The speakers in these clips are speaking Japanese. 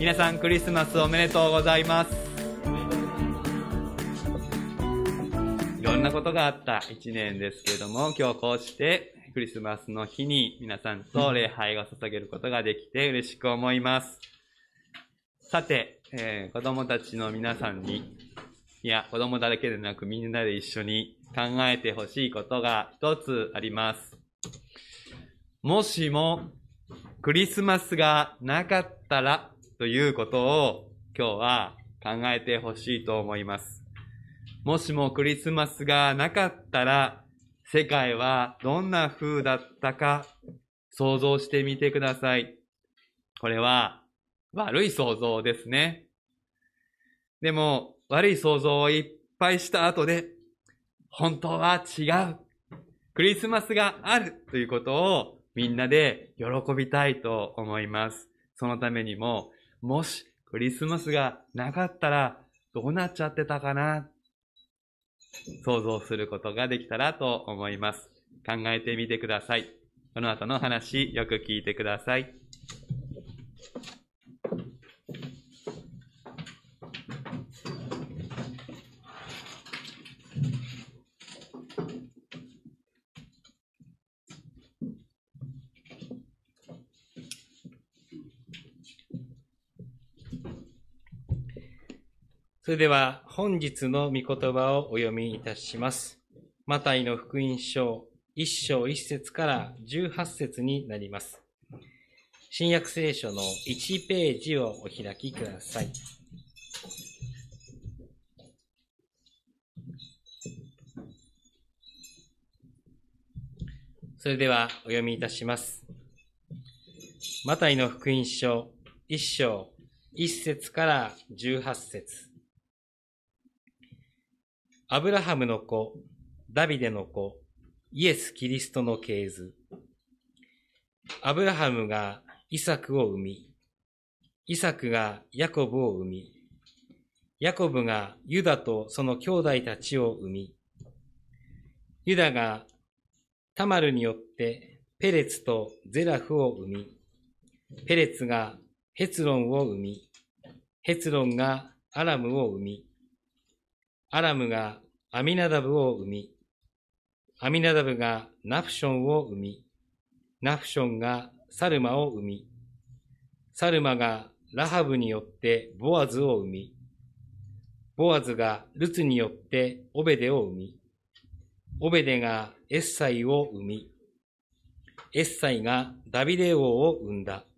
皆さんクリスマスおめでとうございます。いろんなことがあった一年ですけれども、今日こうしてクリスマスの日に皆さんと礼拝を捧げることができて嬉しく思います。さて、子供たちの皆さんに、いや子供だけでなくみんなで一緒に考えてほしいことが一つあります。もしもクリスマスがなかったらということを今日は考えてほしいと思います。もしもクリスマスがなかったら世界はどんな風だったか想像してみてください。これは悪い想像ですね。でも悪い想像をいっぱいした後で本当は違う。クリスマスがあるということをみんなで喜びたいと思います。そのためにも、もしクリスマスがなかったらどうなっちゃってたかな、想像することができたらと思います。考えてみてください。この後の話、よく聞いてください。 それでは本日の御言葉をお読みいたします。マタイの福音書1章1節から18節になります。新約聖書の1ページをお開きください。それではお読みいたします。マタイの福音書1章1節から18節。アブラハムの子、ダビデの子、イエス・キリストの系図。アブラハムがイサクを生み、イサクがヤコブを生み、ヤコブがユダとその兄弟たちを生み、ユダがタマルによってペレツとゼラフを生み、ペレツがヘツロンを生み、ヘツロンがアラムを生み、アラムがアミナダブを生み、アミナダブがナフションを生み、ナフションがサルマを生み、サルマがラハブによってボアズを生み、ボアズがルツによってオベデを生み、オベデがエッサイを生み、エッサイがダビデ王を生んだ。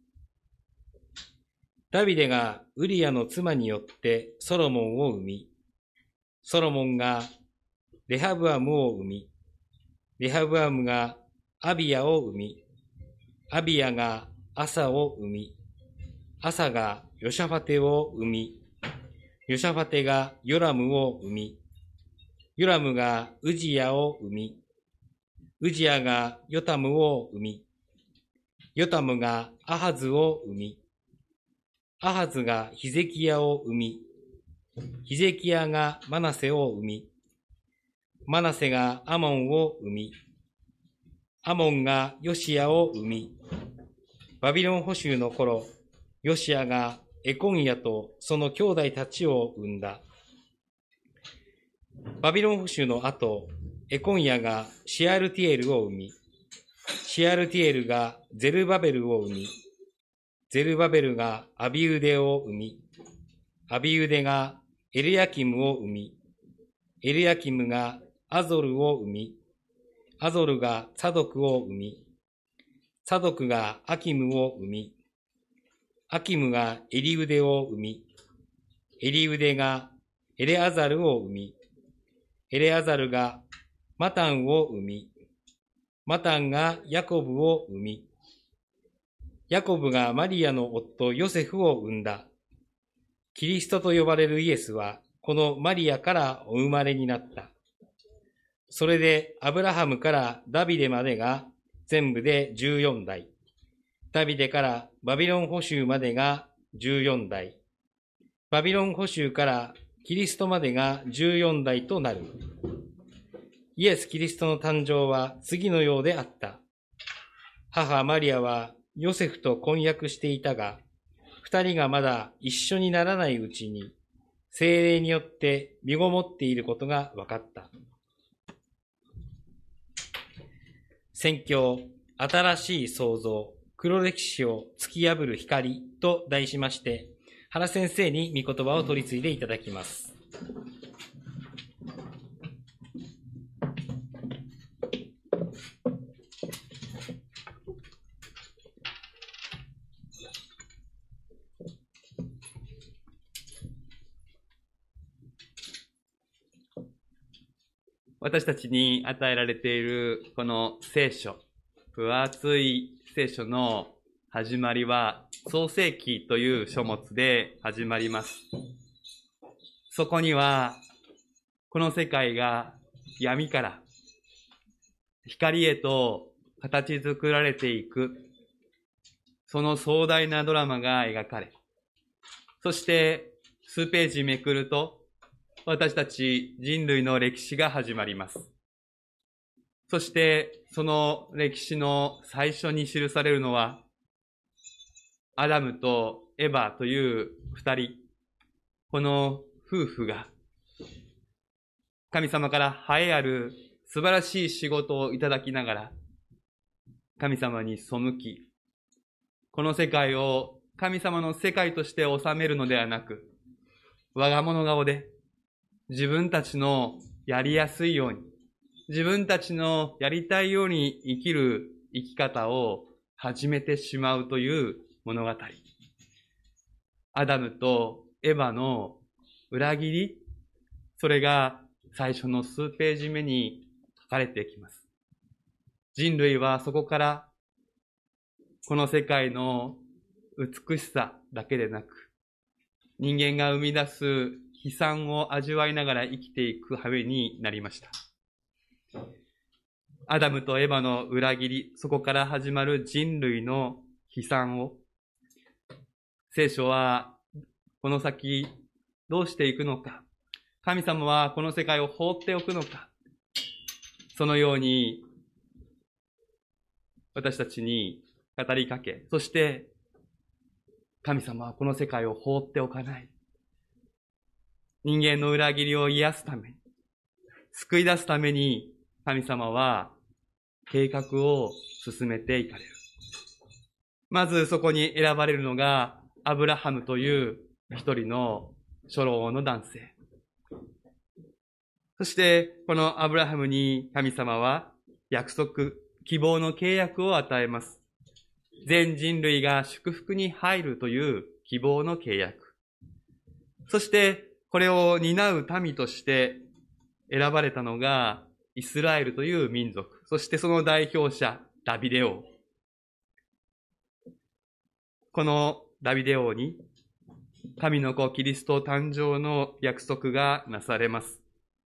ダビデがウリアの妻によってソロモンを生み、ソロモンがレハブアムを生み、レハブアムがアビヤを生み、アビヤがアサを生み、アサがヨシャファテを生み、ヨシャファテがヨラムを生み、ヨラムがウジヤを生み、ウジヤがヨタムを生み、ヨタムがアハズを生み、アハズがヒゼキヤを生み、ヒゼキヤがマナセを生み、マナセがアモンを生み、アモンがヨシアを生み、バビロン捕囚の頃、ヨシアがエコンヤとその兄弟たちを生んだ。バビロン捕囚の後、エコンヤがシアルティエルを生み、シアルティエルがゼルバベルを生み、ゼルバベルがアビウデを生み、アビウデがエルヤキムを生み、エルヤキムがアゾルを生み、アゾルがサドクを生み、サドクがアキムを生み、アキムがエリウデを生み、エリウデがエレアザルを生み、エレアザルがマタンを生み、マタンがヤコブを生み、ヤコブがマリアの夫ヨセフを生んだ。キリストと呼ばれるイエスはこのマリアからお生まれになった。それでアブラハムからダビデまでが全部で14代。ダビデからバビロン捕囚までが14代。バビロン捕囚からキリストまでが14代となる。イエス・キリストの誕生は次のようであった。母マリアはヨセフと婚約していたが、 二人がまだ一緒にならないうちに、聖霊によって身ごもっていることが分かった。宣教、新しい創造、黒歴史を突き破る光と題しまして、原先生に御言葉を取り次いでいただきます。 私たちに与えられているこの聖書、分厚い聖書の始まりは創世記という書物で始まります。そこにはこの世界が闇から光へと形作られていく、その壮大なドラマが描かれ、そして数ページめくると私たち人類の歴史が始まります。そしてその歴史の最初に記されるのは、アダムとエバという二人、この夫婦が神様から栄えある素晴らしい仕事をいただきながら、神様に背き、この世界を神様の世界として治めるのではなく、我が物顔で自分たちのやりやすいように、自分たちのやりたいように生きる生き方を始めてしまうという物語。アダムとエバの裏切り、それが最初の数ページ目に書かれてきます。人類はそこからこの世界の美しさだけでなく、人間が生み出す悲惨を味わいながら生きていく羽目になりました。アダムとエバの裏切り、そこから始まる人類の悲惨を、聖書はこの先どうしていくのか、神様はこの世界を放っておくのか、そのように私たちに語りかけ、そして神様はこの世界を放っておかない。人間の裏切りを癒すために、救い出すために神様は計画を進めていかれる。まずそこに選ばれるのがアブラハムという一人の初老の男性。そしてこのアブラハムに神様は約束、希望の契約を与えます。全人類が祝福に入るという希望の契約。そしてこれを担う民として選ばれたのがイスラエルという民族。そしてその代表者、ダビデ王。このダビデ王に神の子キリスト誕生の約束がなされます。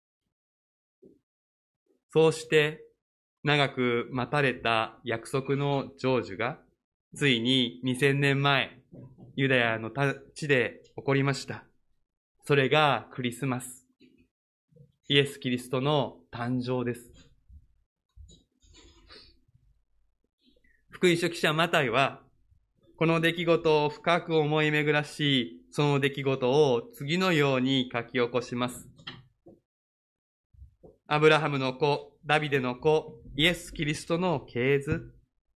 そうして長く待たれた約束の成就がついに2000年前、ユダヤの地で起こりました。それがクリスマス。イエス・キリストの誕生です。福音書記者マタイは、この出来事を深く思い巡らし、その出来事を次のように書き起こします。アブラハムの子、ダビデの子、イエス・キリストの系図。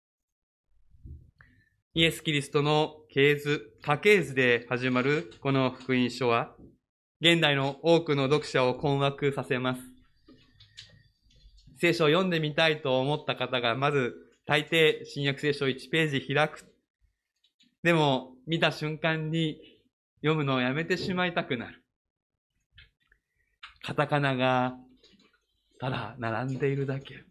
イエス・キリストの系図、家系図で始まるこの福音書は、現代の多くの読者を困惑させます。聖書を読んでみたいと思った方が、まず大抵新約聖書1ページ開く。でも見た瞬間に読むのをやめてしまいたくなる。カタカナがただ並んでいるだけ。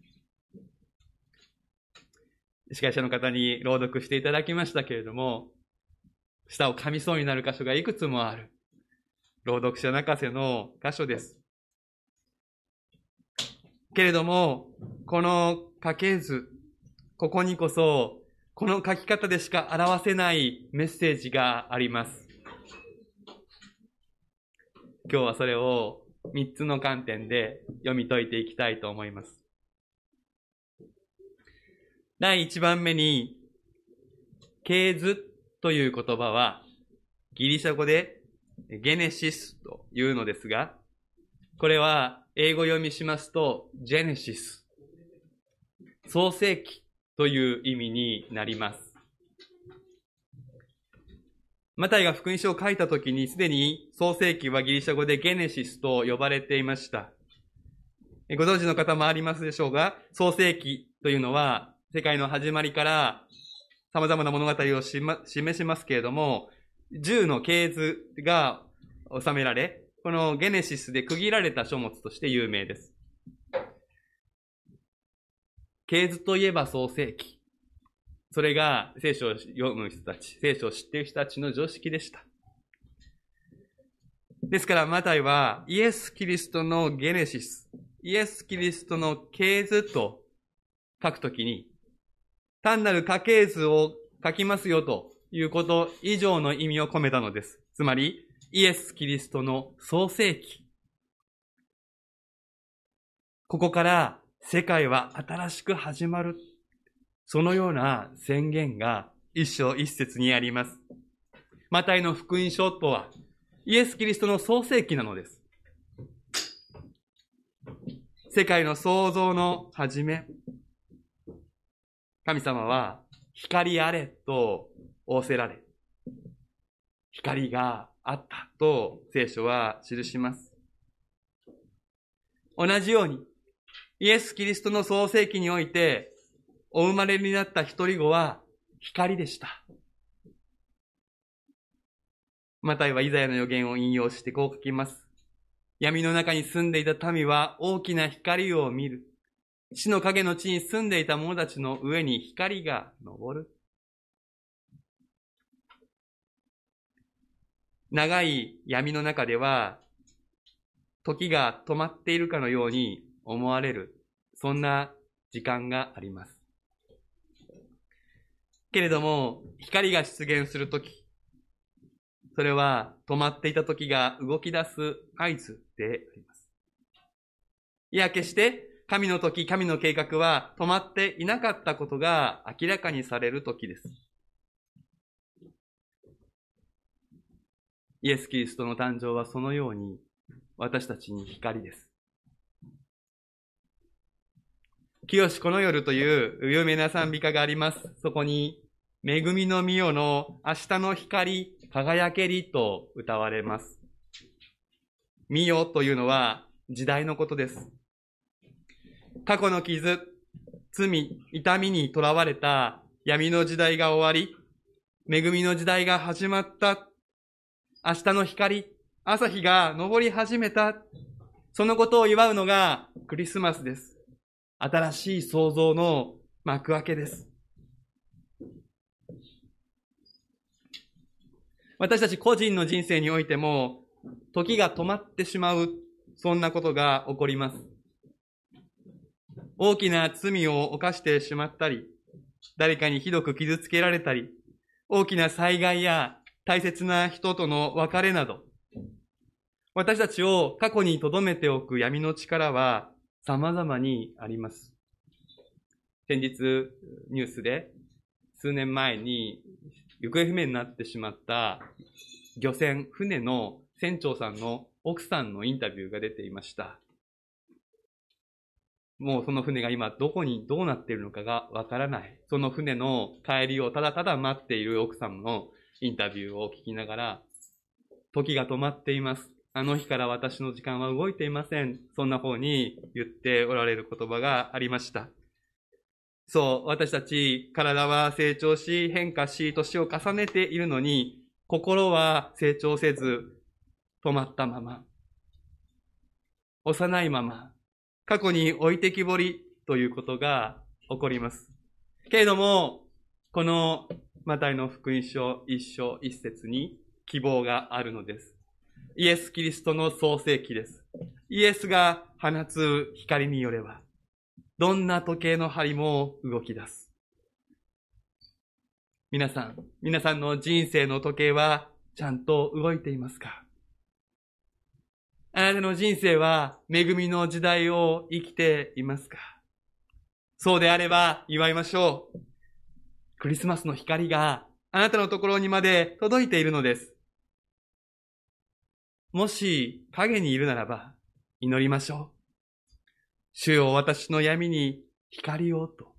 司会者の方に朗読していただきましたけれども、舌を噛みそうになる箇所がいくつもある。朗読者泣かせの箇所です。けれども、この家系図、ここにこそ、この書き方でしか表せないメッセージがあります。今日はそれを3つの観点で読み解いていきたいと思います。第1番目に、系図という言葉は、 ギリシャ語でゲネシスというのですが、これは英語読みしますとジェネシス、創世記という意味になります。マタイが福音書を書いたときにすでに創世記はギリシャ語でゲネシスと呼ばれていました。ご存知の方もありますでしょうが、創世記というのは世界の始まりから様々な物語を示しますけれども、10の系図が収められ、このゲネシスで区切られた書物として有名です。系図といえば創世記。それが聖書を読む人たち、聖書を知っている人たちの常識でした。ですからマタイはイエス・キリストのゲネシス、イエス・キリストの系図と書くときに、単なる家系図を書きますよということ以上の意味を込めたのです。つまり、イエス・キリストの創世記。ここから世界は新しく始まる。そのような宣言が一章一節にあります。マタイの福音書とは、イエス・キリストの創世記なのです。世界の創造の始め、神様は光あれと仰せられ、光があったと聖書は記します。同じように、イエス・キリストの創世記において、お生まれになった一人子は光でした。マタイはイザヤの預言を引用してこう書きます。闇の中に住んでいた民は大きな光を見る。死の影の地に住んでいた者たちの上に光が昇る。長い闇の中では、時が止まっているかのように思われる、そんな時間があります。けれども、光が出現するとき、それは止まっていた時が動き出す合図であります。いや、決して神の時、神の計画は止まっていなかったことが明らかにされる時です。イエス・キリストの誕生はそのように私たちに光です。清しこの夜という有名な賛美歌があります。そこに、恵みの御代の明日の光、輝けりと歌われます。御代というのは時代のことです。過去の傷、罪、痛みにとらわれた闇の時代が終わり、恵みの時代が始まった。明日の光、朝日が昇り始めた。そのことを祝うのがクリスマスです。新しい創造の幕開けです。私たち個人の人生においても、時が止まってしまう、そんなことが起こります。大きな罪を犯してしまったり、誰かにひどく傷つけられたり、大きな災害や大切な人との別れなど、私たちを過去に留めておく闇の力は様々にあります。先日ニュースで数年前に行方不明になってしまった漁船、船の船長さんの奥さんのインタビューが出ていました。もうその船が今どこにどうなっているのかがわからない。その船の帰りをただただ待っている奥さんのインタビューを聞きながら、時が止まっています。あの日から私の時間は動いていません。そんな方に言っておられる言葉がありました。そう、私たち体は成長し変化し年を重ねているのに、心は成長せず止まったまま、幼いまま、過去に置いてきぼりということが起こります。けれども、このマタイの福音書一章一節に希望があるのです。イエス・キリストの創世記です。イエスが放つ光によれば、どんな時計の針も動き出す。皆さんの人生の時計はちゃんと動いていますか？あなたの人生は恵みの時代を生きていますか？そうであれば祝いましょう。クリスマスの光があなたのところにまで届いているのです。 もし影にいるならば祈りましょう。主よ、私の闇に光をと。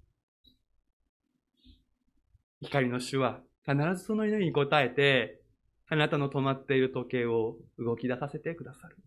光の主は必ずその祈りに応えて、あなたの止まっている時計を動き出させてくださる。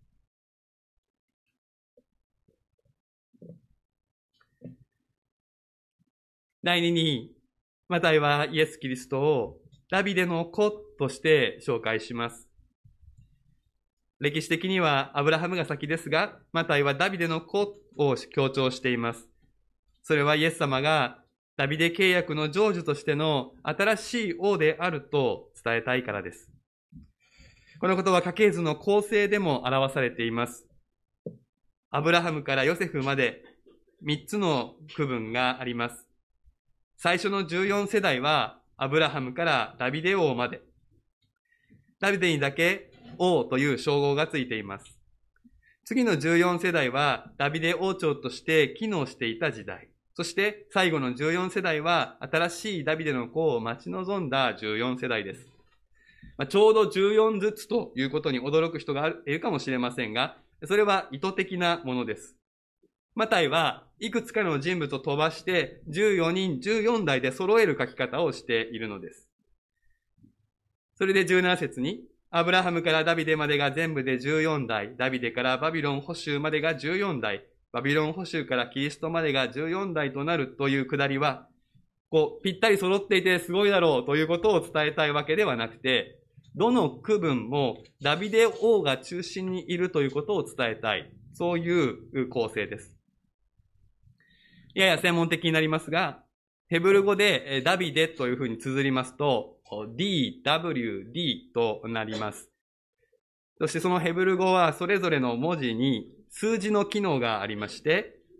第二に、マタイはイエス・キリストをダビデの子として紹介します。歴史的にはアブラハムが先ですが、マタイはダビデの子を強調しています。それはイエス様がダビデ契約の成就としての新しい王であると伝えたいからです。このことは家系図の構成でも表されています。アブラハムからヨセフまで3つの区分があります。最初の14世代はアブラハムからダビデ王まで。ダビデにだけ王という称号がついています。次の14世代はダビデ王朝として機能していた時代。そして最後の14世代は新しいダビデの子を待ち望んだ14世代です。ちょうど14ずつということに驚く人がいるかもしれませんが、それは意図的なものです。マタイはいくつかの人物を飛ばして14人14代で揃える書き方をしているのです。それで17節に、アブラハムからダビデまでが全部で14代、ダビデからバビロン捕囚までが14代、バビロン捕囚からキリストまでが14代となるというくだりは、ぴったり揃っていてすごいだろうということを伝えたいわけではなくて、どの区分もダビデ王が中心にいるということを伝えたい。そういう構成です。やや専門的になりますが、ヘブル語でダビデというふうに綴りますと、DWD となります。そしてそのヘブル語はそれぞれの文字に数字の機能がありまして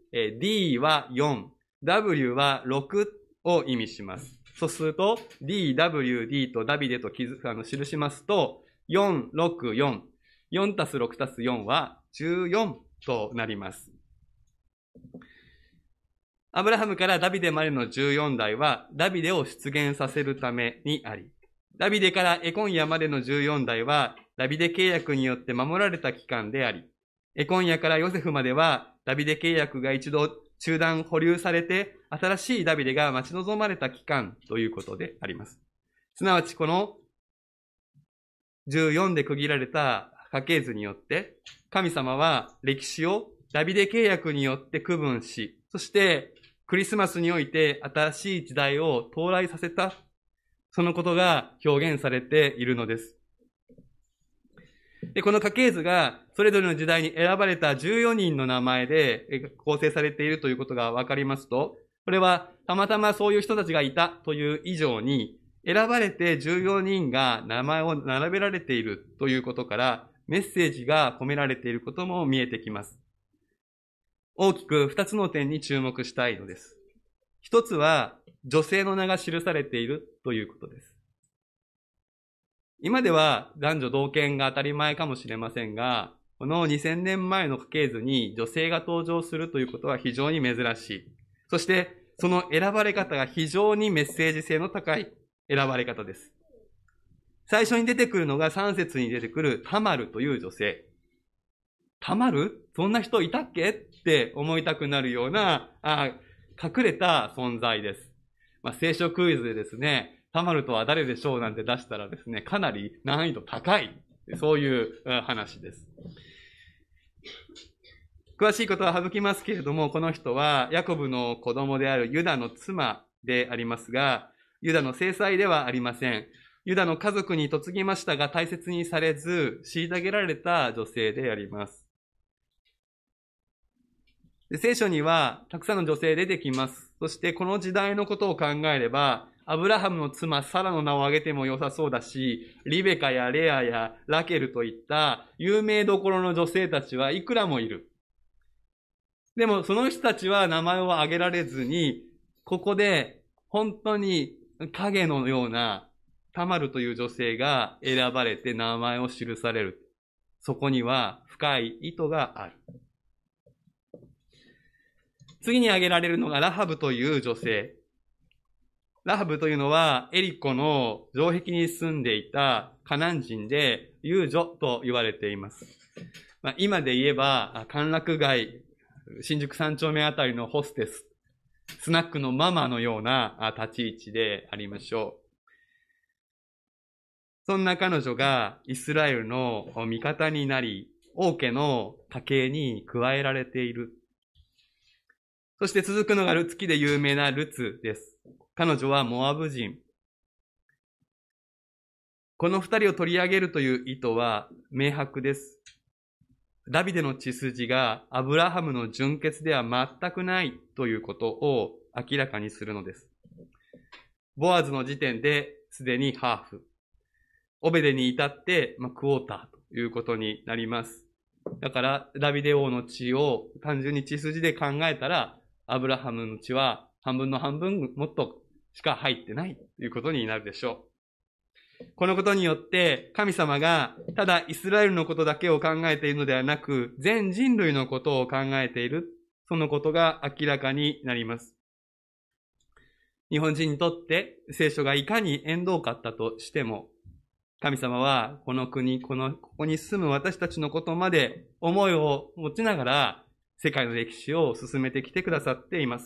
、D は4、W は6を意味します。そうすると、DWD とダビデと記しますと、464。4たす6たす4は14となります。アブラハムからダビデまでの14代は、ダビデを出現させるためにあり、ダビデからエコンヤまでの14代は、ダビデ契約によって守られた期間であり、エコンヤからヨセフまでは、ダビデ契約が一度中断保留されて、新しいダビデが待ち望まれた期間ということであります。すなわちこの14で区切られた家系図によって、神様は歴史をダビデ契約によって区分し、そしてクリスマスにおいて新しい時代を到来させた、そのことが表現されているのです。で、この家系図がそれぞれの時代に選ばれた14人の名前で構成されているということがわかりますと、これはたまたまそういう人たちがいたという以上に、選ばれて14人が名前を並べられているということから、メッセージが込められていることも見えてきます。大きく2つの点に注目したいのです。一つは、女性の名が記されているということです。今では男女同権が当たり前かもしれませんが、この2000年前の家系図に女性が登場するということは非常に珍しい。そして、その選ばれ方が非常にメッセージ性の高い選ばれ方です。最初に出てくるのが3節に出てくるタマルという女性。タマル？そんな人いたっけって思いたくなるような、隠れた存在です。聖書クイズでですね、タマルとは誰でしょうなんて出したらですね、かなり難易度高い、そういう話です。詳しいことは省きますけれども、この人はヤコブの子供であるユダの妻でありますが、ユダの正妻ではありません。ユダの家族に嫁ぎましたが大切にされず、虐げられた女性であります。で、聖書にはたくさんの女性出てきます。そしてこの時代のことを考えれば、アブラハムの妻サラの名を挙げても良さそうだし、リベカやレアやラケルといった有名どころの女性たちはいくらもいる。でもその人たちは名前を挙げられずに、ここで本当に影のようなタマルという女性が選ばれて名前を記される。そこには深い意図がある。次に挙げられるのがラハブという女性。 ラハブというのはエリコの城壁に住んでいたカナン人で遊女と言われています。今で言えば歓楽街、新宿三丁目あたりのホステス、スナックのママのような立ち位置でありましょう。そんな彼女がイスラエルの味方になり、王家の家系に加えられている。そして続くのが月で有名なルツです。彼女はモアブ人。この二人を取り上げるという意図は明白です。ダビデの血筋がアブラハムの純血では全くないということを明らかにするのです。ボアズの時点ですでにハーフ。オベデに至ってクォーターということになります。だからダビデ王の血を単純に血筋で考えたら、アブラハムの血は半分の半分もっとしか入ってないということになるでしょう。このことによって神様がただイスラエルのことだけを考えているのではなく、全人類のことを考えている、そのことが明らかになります。日本人にとって聖書がいかに縁遠かったとしても、神様はこの国、ここに住む私たちのことまで思いを持ちながら世界の歴史を進めてきてくださっています。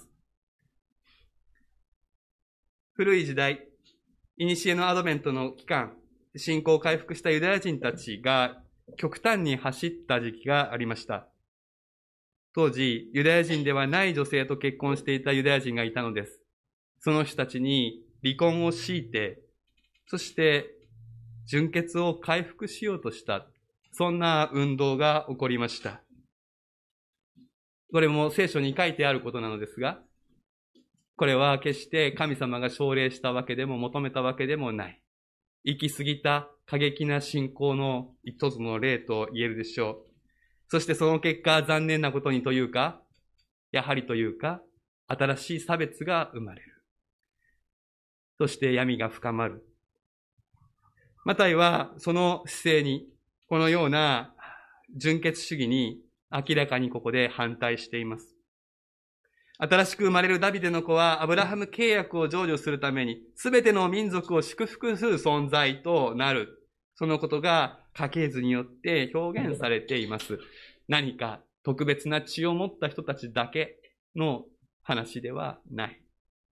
古い時代、古のアドベントの期間、信仰を回復したユダヤ人たちが極端に走った時期がありました。当時、ユダヤ人ではない女性と結婚していたユダヤ人がいたのです。その人たちに離婚を強いて、そして純血を回復しようとした。そんな運動が起こりました。これも聖書に書いてあることなのですが、これは決して神様が奨励したわけでも求めたわけでもない。行き過ぎた過激な信仰の一つの例と言えるでしょう。そしてその結果、残念なことにというか、やはりというか、新しい差別が生まれる。そして闇が深まる。マタイはその姿勢に、このような純血主義に明らかにここで反対しています。新しく生まれるダビデの子はアブラハム契約を成就するために、すべての民族を祝福する存在となる。そのことが家系図によって表現されています。何か特別な血を持った人たちだけの話ではない。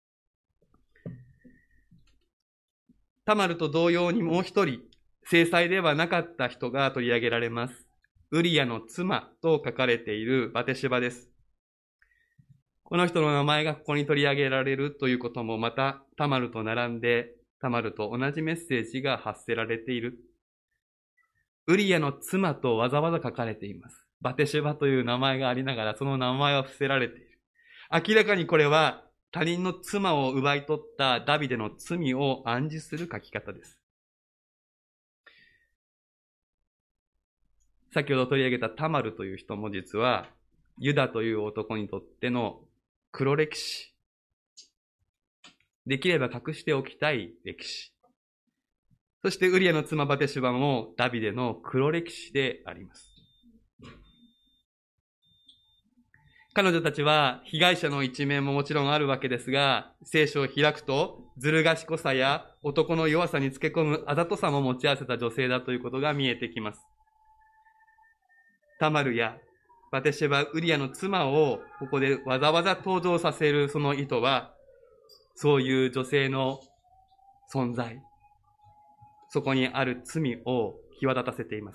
タマルと同様にもう一人、正妻ではなかった人が取り上げられます。ウリヤの妻と書かれているバテシバです。この人の名前がここに取り上げられるということもまたタマルと並んで、タマルと同じメッセージが発せられている。ウリヤの妻とわざわざ書かれています。バテシェバという名前がありながらその名前は伏せられている。明らかにこれは他人の妻を奪い取ったダビデの罪を暗示する書き方です。先ほど取り上げたタマルという人も実はユダという男にとっての黒歴史。できれば隠しておきたい歴史。そしてウリヤの妻バテシュバもダビデの黒歴史であります。彼女たちは被害者の一面ももちろんあるわけですが、聖書を開くとずる賢さや男の弱さにつけ込むあざとさも持ち合わせた女性だということが見えてきます。タマルやバテシェバ、ウリヤの妻をここでわざわざ登場させるその意図は、そういう女性の存在、そこにある罪を際立たせています。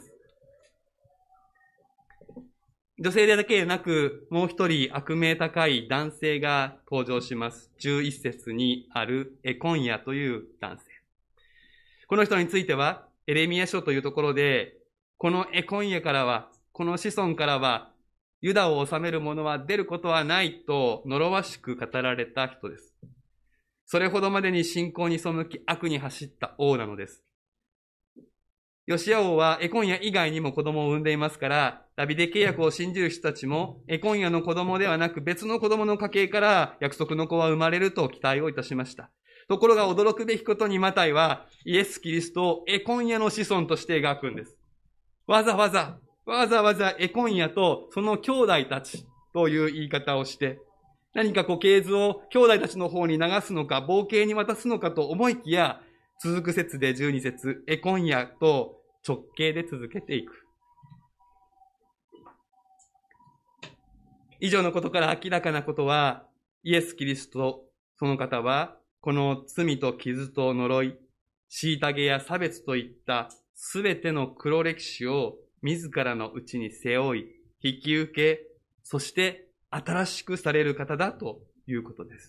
女性だけでなく、もう一人悪名高い男性が登場します。11節にあるエコンヤという男性。この人については、エレミヤ書というところで、このエコンヤからは、この子孫からは、ユダを治める者は出ることはないと呪わしく語られた人です。それほどまでに信仰に背き悪に走った王なのです。ヨシア王はエコンヤ以外にも子供を産んでいますから、ダビデ契約を信じる人たちもエコンヤの子供ではなく別の子供の家系から約束の子は生まれると期待をいたしました。ところが驚くべきことにマタイはイエス・キリストをエコンヤの子孫として描くんです。わざわざエコンヤとその兄弟たちという言い方をして、 何か系図を兄弟たちの方に流すのか、傍系に渡すのかと思いきや、続く節で12節、エコンヤと直系で続けていく。以上のことから明らかなことは、イエス・キリスト、その方は、この罪と傷と呪い、虐げや差別といったすべての黒歴史を自らのうちに背負い、引き受け、そして新しくされる方だということです。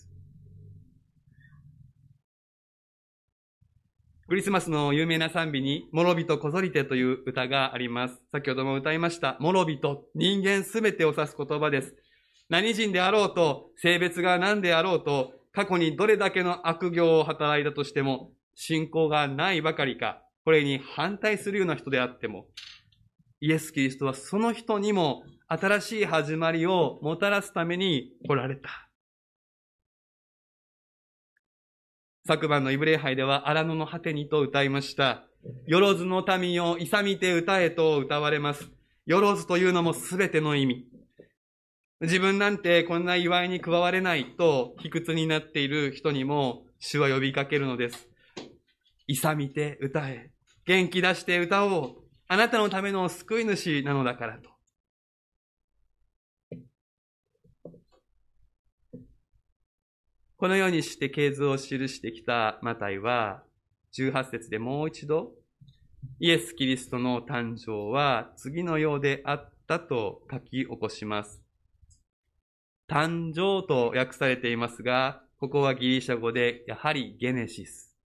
クリスマスの有名な賛美に、諸人こぞりてという歌があります。先ほども歌いました。諸人、人間すべてを指す言葉です。何人であろうと、性別が何であろうと、過去にどれだけの悪行を働いたとしても、信仰がないばかりか、これに反対するような人であっても、イエス・キリストはその人にも新しい始まりをもたらすために来られた。昨晩のイブ礼拝では荒野の果てにと歌いました。よろずの民を勇みて歌えと歌われます。よろずというのもすべての意味。自分なんてこんな祝いに加われないと卑屈になっている人にも主は呼びかけるのです。勇みて歌え。元気出して歌おう。あなたのための救い主なのだからと。このようにして系図を記してきたマタイは、18節でもう一度、イエス・キリストの誕生は次のようであったと書き起こします。誕生と訳されていますが、ここはギリシャ語でやはりゲネシス。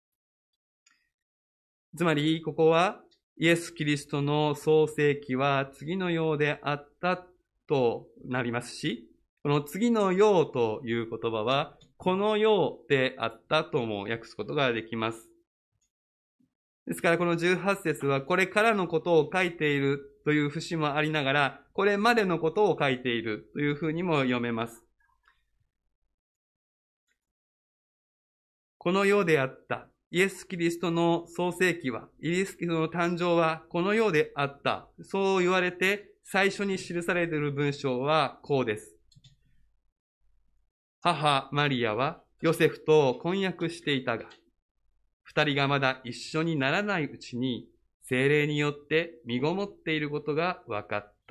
つまり、ここはイエス・キリストの創世記は次のようであったとなりますし、この次のようという言葉は、このようであったとも訳すことができます。ですからこの18節はこれからのことを書いているという節もありながら、これまでのことを書いているというふうにも読めます。このようであった。イエス・キリストの創世記は、イエス・キリストの誕生はこのようであった。そう言われて最初に記されている文章はこうです。母マリアはヨセフと婚約していたが、二人がまだ一緒にならないうちに聖霊によって身ごもっていることが分かった。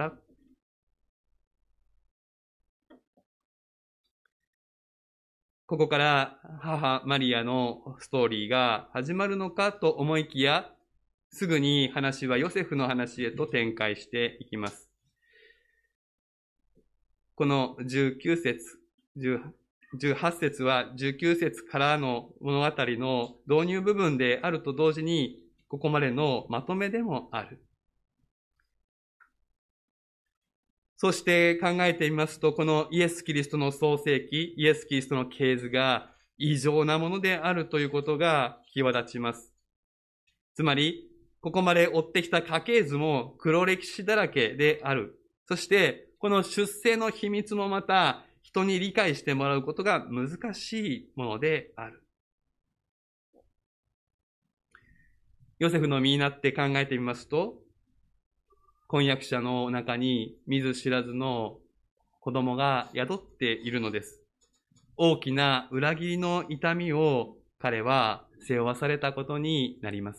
ここから母マリアのストーリーが始まるのかと思いきや、すぐに話はヨセフの話へと展開していきます。この19節、18節は19節からの物語の導入部分であると同時に、ここまでのまとめでもある。そして考えてみますと、このイエス・キリストの創世記、イエス・キリストの系図が異常なものであるということが際立ちます。つまり、ここまで追ってきた家系図も黒歴史だらけである。そして、この出生の秘密もまた、人に理解してもらうことが難しいものである。ヨセフの身になって考えてみますと、婚約者の中に見ず知らずの子供が宿っているのです。大きな裏切りの痛みを彼は背負わされたことになります。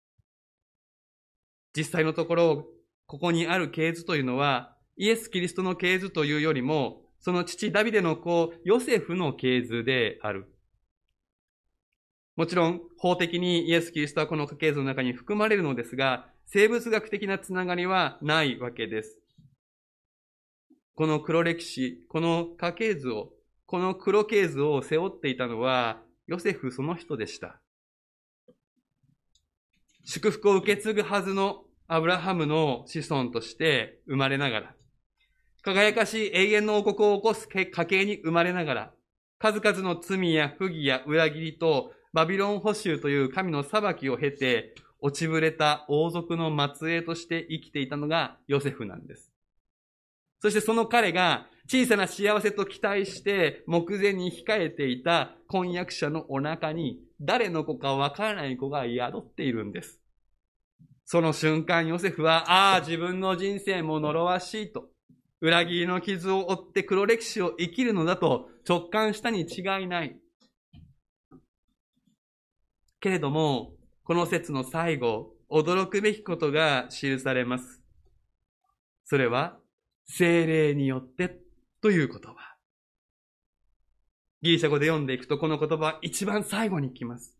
実際のところ、ここにある系図というのは、イエス・キリストの系図というよりも、その父ダビデの子ヨセフの系図である。もちろん法的にイエス・キリストはこの家系図の中に含まれるのですが、生物学的なつながりはないわけです。この黒歴史、この家系図を、この黒系図を背負っていたのはヨセフその人でした。祝福を受け継ぐはずのアブラハムの子孫として生まれながら、輝かしい永遠の王国を起こす家系に生まれながら、数々の罪や不義や裏切りとバビロン捕囚という神の裁きを経て、落ちぶれた王族の末裔として生きていたのがヨセフなんです。そしてその彼が小さな幸せと期待して目前に控えていた婚約者のお腹に誰の子かわからない子が宿っているんです。その瞬間ヨセフは、自分の人生も呪わしいと。 裏切りの傷を負って黒歴史を生きるのだと直感したに違いない。けれども、この説の最後、驚くべきことが記されます。それは、聖霊によってという言葉。ギリシャ語で読んでいくと、この言葉は一番最後に来ます。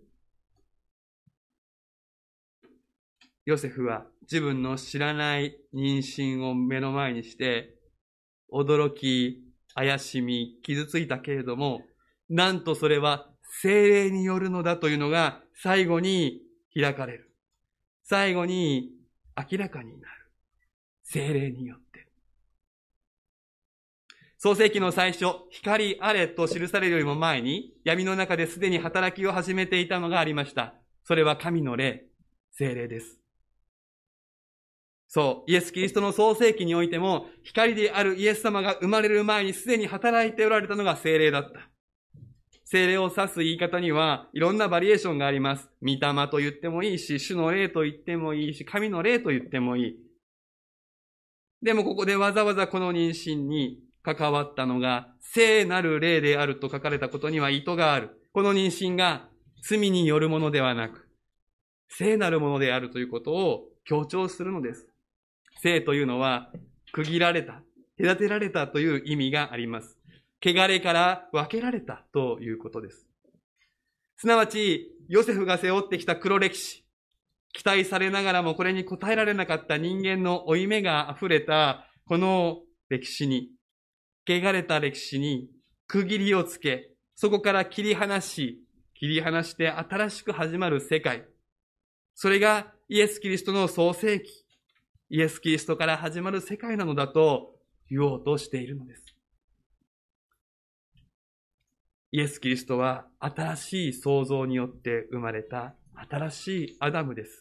ヨセフは自分の知らない妊娠を目の前にして、驚き、怪しみ、傷ついたけれども、なんとそれは聖霊によるのだというのが最後に開かれる。最後に明らかになる。聖霊によって。創世記の最初、光あれと記されるよりも前に、闇の中ですでに働きを始めていたのがありました。それは神の霊、聖霊です。そう、イエス・キリストの創世記においても、光であるイエス様が生まれる前にすでに働いておられたのが聖霊だった。聖霊を指す言い方にはいろんなバリエーションがあります。御霊と言ってもいいし、主の霊と言ってもいいし、神の霊と言ってもいい。でもここでわざわざこの妊娠に関わったのが、聖なる霊であると書かれたことには意図がある。この妊娠が罪によるものではなく、聖なるものであるということを強調するのです。聖というのは、区切られた、隔てられたという意味があります。汚れから分けられたということです。すなわち、ヨセフが背負ってきた黒歴史、期待されながらもこれに応えられなかった人間の負い目が溢れたこの歴史に、汚れた歴史に区切りをつけ、そこから切り離して新しく始まる世界。それがイエス・キリストの創世記、イエス・キリストから始まる世界なのだと言おうとしているのです。イエス・キリストは新しい創造によって生まれた新しいアダムです。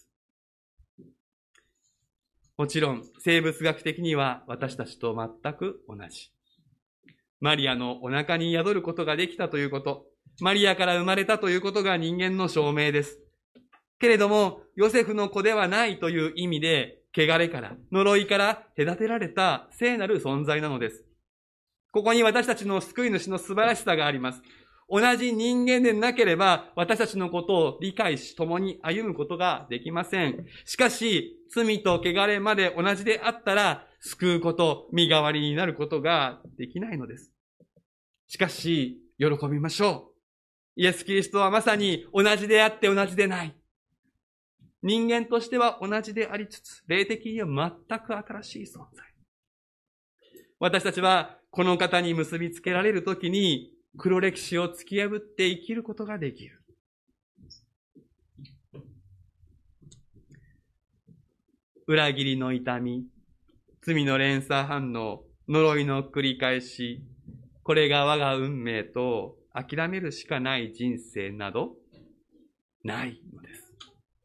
もちろん生物学的には私たちと全く同じ。マリアのお腹に宿ることができたということ、マリアから生まれたということが人間の証明です。けれども、ヨセフの子ではないという意味で、汚れから、呪いから隔てられた聖なる存在なのです。ここに私たちの救い主の素晴らしさがあります。同じ人間でなければ、私たちのことを理解し、共に歩むことができません。しかし、罪と汚れまで同じであったら、救うこと、身代わりになることができないのです。しかし、喜びましょう。イエス・キリストはまさに同じであって同じでない。人間としては同じでありつつ、霊的には全く新しい存在。私たちはこの方に結びつけられるときに、黒歴史を突き破って生きることができる。裏切りの痛み、罪の連鎖反応、呪いの繰り返し、これが我が運命と諦めるしかない人生などないのです。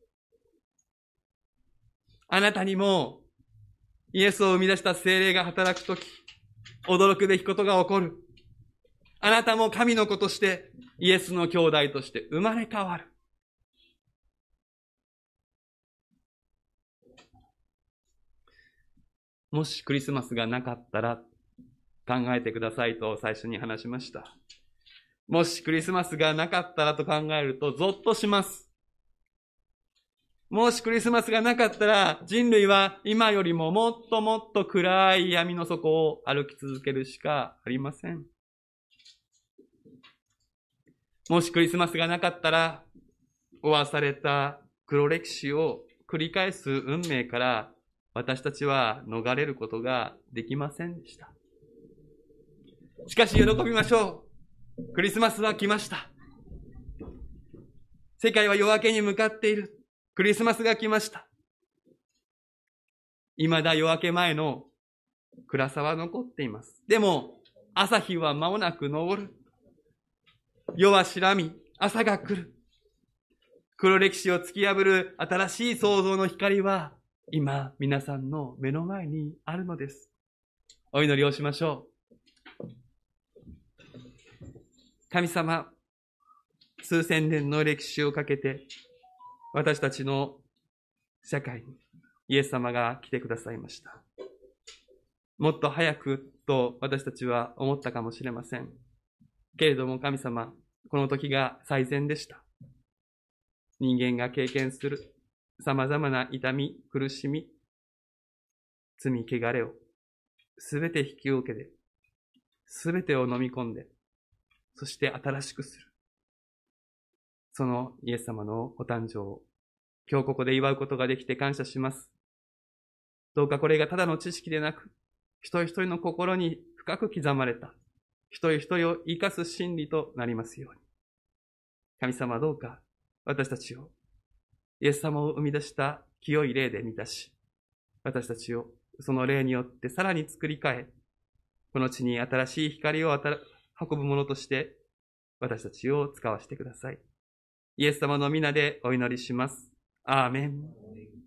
あなたにもイエスを生み出した聖霊が働くとき、驚くべきことが起こる。あなたも神の子としてイエスの兄弟として生まれ変わる。もしクリスマスがなかったら考えてくださいと最初に話しました。もしクリスマスがなかったらと考えるとゾッとします。もしクリスマスがなかったら人類は今よりももっともっと暗い闇の底を歩き続けるしかありません。もしクリスマスがなかったら負わされた黒歴史を繰り返す運命から私たちは逃れることができませんでした。しかし喜びましょう。クリスマスは来ました。世界は夜明けに向かっている。クリスマスが来ました。未だ夜明け前の暗さは残っています。でも朝日は間もなく昇る。夜は白み、朝が来る。黒歴史を突き破る新しい創造の光は今皆さんの目の前にあるのです。お祈りをしましょう。神様、数千年の歴史をかけて私たちの社会にイエス様が来てくださいました。 もっと早くと私たちは思ったかもしれません。けれども神様、この時が最善でした。人間が経験する様々な痛み、苦しみ、罪、汚れをすべて引き受けて、すべてを飲み込んで、そして新しくする。そのイエス様のお誕生を今日ここで祝うことができて感謝します。どうかこれがただの知識でなく、一人一人の心に深く刻まれた、一人一人を生かす真理となりますように。神様どうか私たちをイエス様を生み出した清い霊で満たし、私たちをその霊によってさらに作り変え、この地に新しい光を運ぶものとして私たちを使わせてください。イエス様の皆でお祈りします。アーメン。